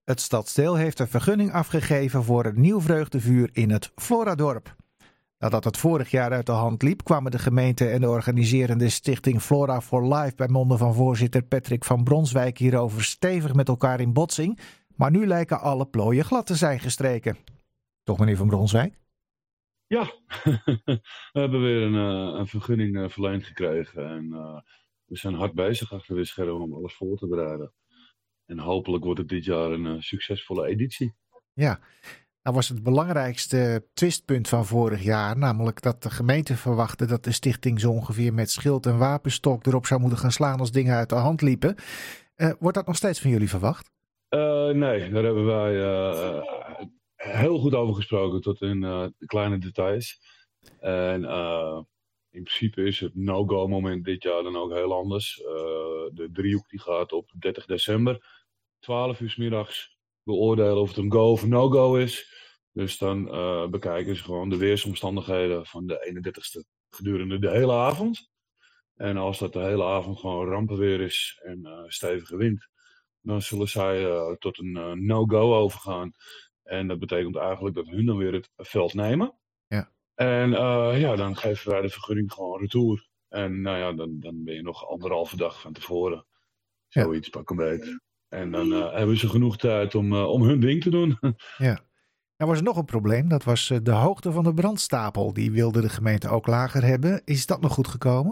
Het Stadsdeel heeft een vergunning afgegeven voor een nieuw vreugdevuur in het Floradorp. Nadat het vorig jaar uit de hand liep, kwamen de gemeente en de organiserende stichting Flora for Life bij monden van voorzitter Patrick van Bronswijk hierover stevig met elkaar in botsing. Maar nu lijken alle plooien glad te zijn gestreken. Toch, meneer van Bronswijk? Ja, we hebben weer een vergunning verleend gekregen. En we zijn hard bezig achter de schermen om alles voor te bereiden. En hopelijk wordt het dit jaar een succesvolle editie. Ja, nou was het belangrijkste twistpunt van vorig jaar, namelijk dat de gemeente verwachtte dat de stichting zo ongeveer met schild en wapenstok erop zou moeten gaan slaan als dingen uit de hand liepen. Wordt dat nog steeds van jullie verwacht? Nee, daar hebben wij heel goed over gesproken tot in de kleine details. En in principe is het no-go moment dit jaar dan ook heel anders. De driehoek die gaat op 30 december, 12 uur 's middags, beoordelen of het een go of een no-go is. Dus dan bekijken ze gewoon de weersomstandigheden van de 31ste gedurende de hele avond. En als dat de hele avond gewoon rampenweer is en stevige wind, dan zullen zij tot een no-go overgaan. En dat betekent eigenlijk dat hun dan weer het veld nemen. Ja. En dan geven wij de vergunning gewoon retour. En nou ja, dan ben je nog 1,5 dag van tevoren. Zoiets, pak een beet. En dan hebben ze genoeg tijd om hun ding te doen. Ja. Nou was er nog een probleem, dat was de hoogte van de brandstapel. Die wilde de gemeente ook lager hebben. Is dat nog goed gekomen?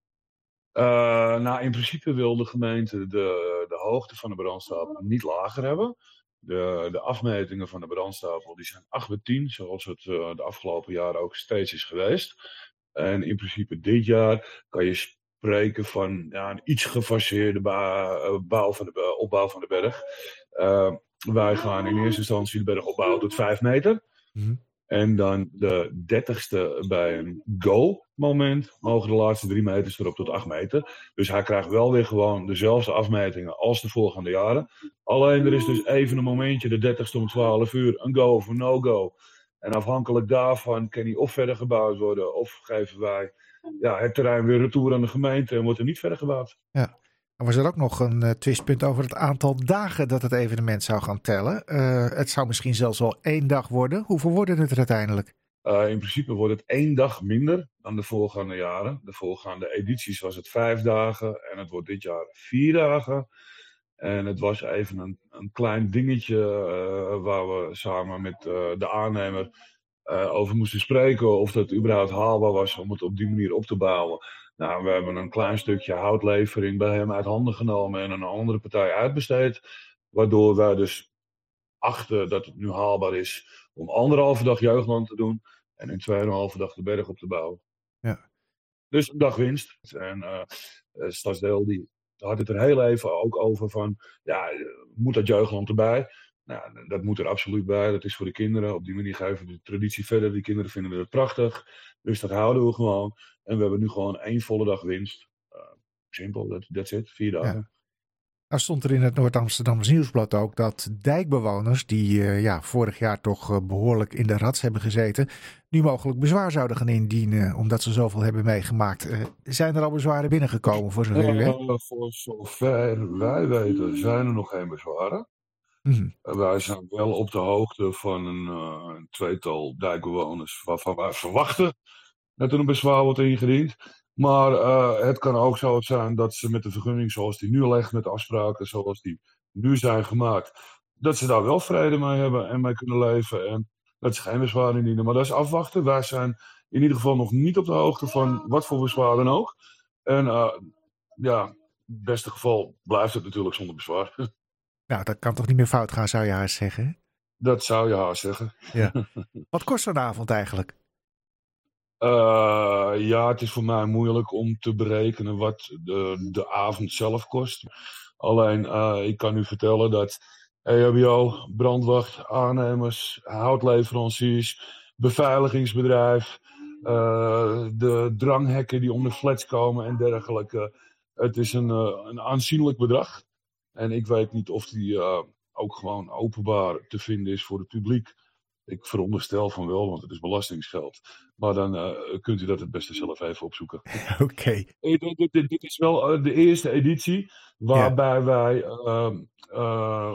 In principe wil de gemeente de hoogte van de brandstapel niet lager hebben. De afmetingen van de brandstapel die zijn 8x10, zoals het de afgelopen jaren ook steeds is geweest. En in principe dit jaar kan je spreken van een iets gefaseerde opbouw van de berg. Wij gaan in eerste instantie de berg opbouwen tot 5 meter. Mm-hmm. En dan de 30ste bij een go-moment mogen de laatste 3 meters erop tot 8 meter. Dus hij krijgt wel weer gewoon dezelfde afmetingen als de voorgaande jaren. Alleen er is dus even een momentje, de 30ste om 12 uur, een go of een no-go. En afhankelijk daarvan kan hij of verder gebouwd worden, of geven wij het terrein weer retour aan de gemeente en wordt er niet verder gebouwd. Ja. Er was er ook nog een twistpunt over het aantal dagen dat het evenement zou gaan tellen. Het zou misschien zelfs wel 1 dag worden. Hoeveel worden het er uiteindelijk? In principe wordt het 1 dag minder dan de voorgaande jaren. De voorgaande edities was het 5 dagen en het wordt dit jaar 4 dagen. En het was even een klein dingetje waar we samen met de aannemer over moesten spreken. Of dat überhaupt haalbaar was om het op die manier op te bouwen. Nou, we hebben een klein stukje houtlevering bij hem uit handen genomen en een andere partij uitbesteed. Waardoor wij dus achten dat het nu haalbaar is om 1,5 dag Jeugdland te doen en in 2,5 dag de berg op te bouwen. Ja. Dus een dag winst. En Stadsdeel die had het er heel even ook over van, moet dat Jeugdland erbij? Nou, dat moet er absoluut bij. Dat is voor de kinderen. Op die manier geven we de traditie verder. Die kinderen vinden het prachtig. Dus dat houden we gewoon. En we hebben nu gewoon 1 volle dag winst. Simpel, that's it. 4 dagen. Ja. Nou stond er in het Noord-Amsterdamse Nieuwsblad ook dat dijkbewoners die vorig jaar toch behoorlijk in de rats hebben gezeten, nu mogelijk bezwaar zouden gaan indienen omdat ze zoveel hebben meegemaakt. Zijn er al bezwaren binnengekomen voor zover u weet? Voor zover wij weten zijn er nog geen bezwaren. Mm-hmm. Wij zijn wel op de hoogte van een tweetal dijkbewoners waarvan wij verwachten dat er een bezwaar wordt ingediend. Maar het kan ook zo zijn dat ze met de vergunning zoals die nu ligt, met de afspraken zoals die nu zijn gemaakt, dat ze daar wel vrede mee hebben en mee kunnen leven en dat ze geen bezwaar indienen. Maar dat is afwachten. Wij zijn in ieder geval nog niet op de hoogte van wat voor bezwaar dan ook. En in het beste geval blijft het natuurlijk zonder bezwaar. Nou, dat kan toch niet meer fout gaan, zou je haast zeggen? Dat zou je haast zeggen. Ja. Wat kost zo'n avond eigenlijk? Het is voor mij moeilijk om te berekenen wat de avond zelf kost. Alleen, ik kan u vertellen dat EHBO, brandwacht, aannemers, houtleveranciers, beveiligingsbedrijf, de dranghekken die om de flats komen en dergelijke. Het is een aanzienlijk bedrag. En ik weet niet of die ook gewoon openbaar te vinden is voor het publiek. Ik veronderstel van wel, want het is belastingsgeld. Maar dan kunt u dat het beste zelf even opzoeken. Oké. Dit is wel de eerste editie waarbij wij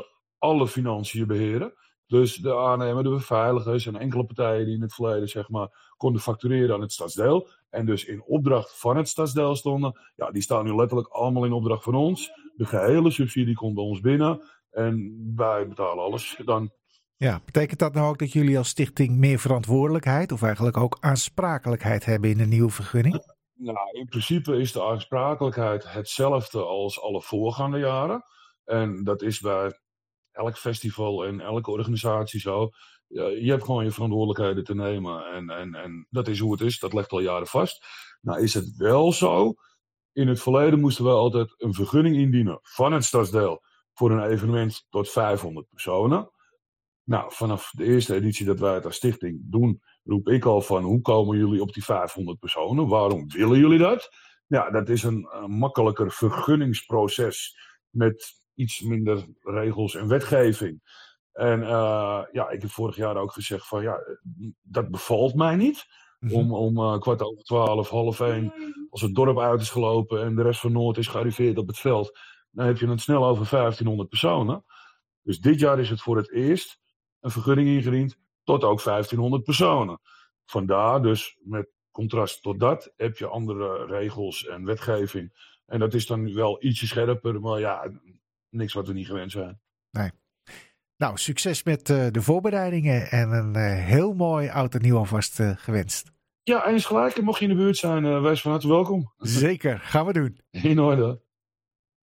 alle financiën beheren. Dus de aannemer, de beveiligers en enkele partijen die in het verleden zeg maar konden factureren aan het stadsdeel. En dus in opdracht van het stadsdeel stonden. Ja, die staan nu letterlijk allemaal in opdracht van ons. De gehele subsidie komt bij ons binnen. En wij betalen alles dan. Ja, betekent dat nou ook dat jullie als stichting meer verantwoordelijkheid of eigenlijk ook aansprakelijkheid hebben in de nieuwe vergunning? Nou, in principe is de aansprakelijkheid hetzelfde als alle voorgaande jaren. En dat is bij elk festival en elke organisatie zo. Je hebt gewoon je verantwoordelijkheden te nemen. En dat is hoe het is. Dat ligt al jaren vast. Nou is het wel zo. In het verleden moesten we altijd een vergunning indienen van het stadsdeel voor een evenement tot 500 personen. Nou, vanaf de eerste editie dat wij het als stichting doen, roep ik al van hoe komen jullie op die 500 personen? Waarom willen jullie dat? Ja, dat is een makkelijker vergunningsproces met iets minder regels en wetgeving. En ja, ik heb vorig jaar ook gezegd van ja, dat bevalt mij niet. Om 12:15, 1:30, als het dorp uit is gelopen en de rest van Noord is gearriveerd op het veld, dan heb je het snel over 1500 personen. Dus dit jaar is het voor het eerst een vergunning ingediend tot ook 1500 personen. Vandaar dus met contrast tot dat heb je andere regels en wetgeving. En dat is dan wel ietsje scherper, maar ja, niks wat we niet gewend zijn. Nee. Nou, succes met de voorbereidingen en een heel mooi oud en nieuw alvast gewenst. Ja, eens gelijk. Mocht je in de buurt zijn, wees van harte welkom. Zeker, gaan we doen. In orde.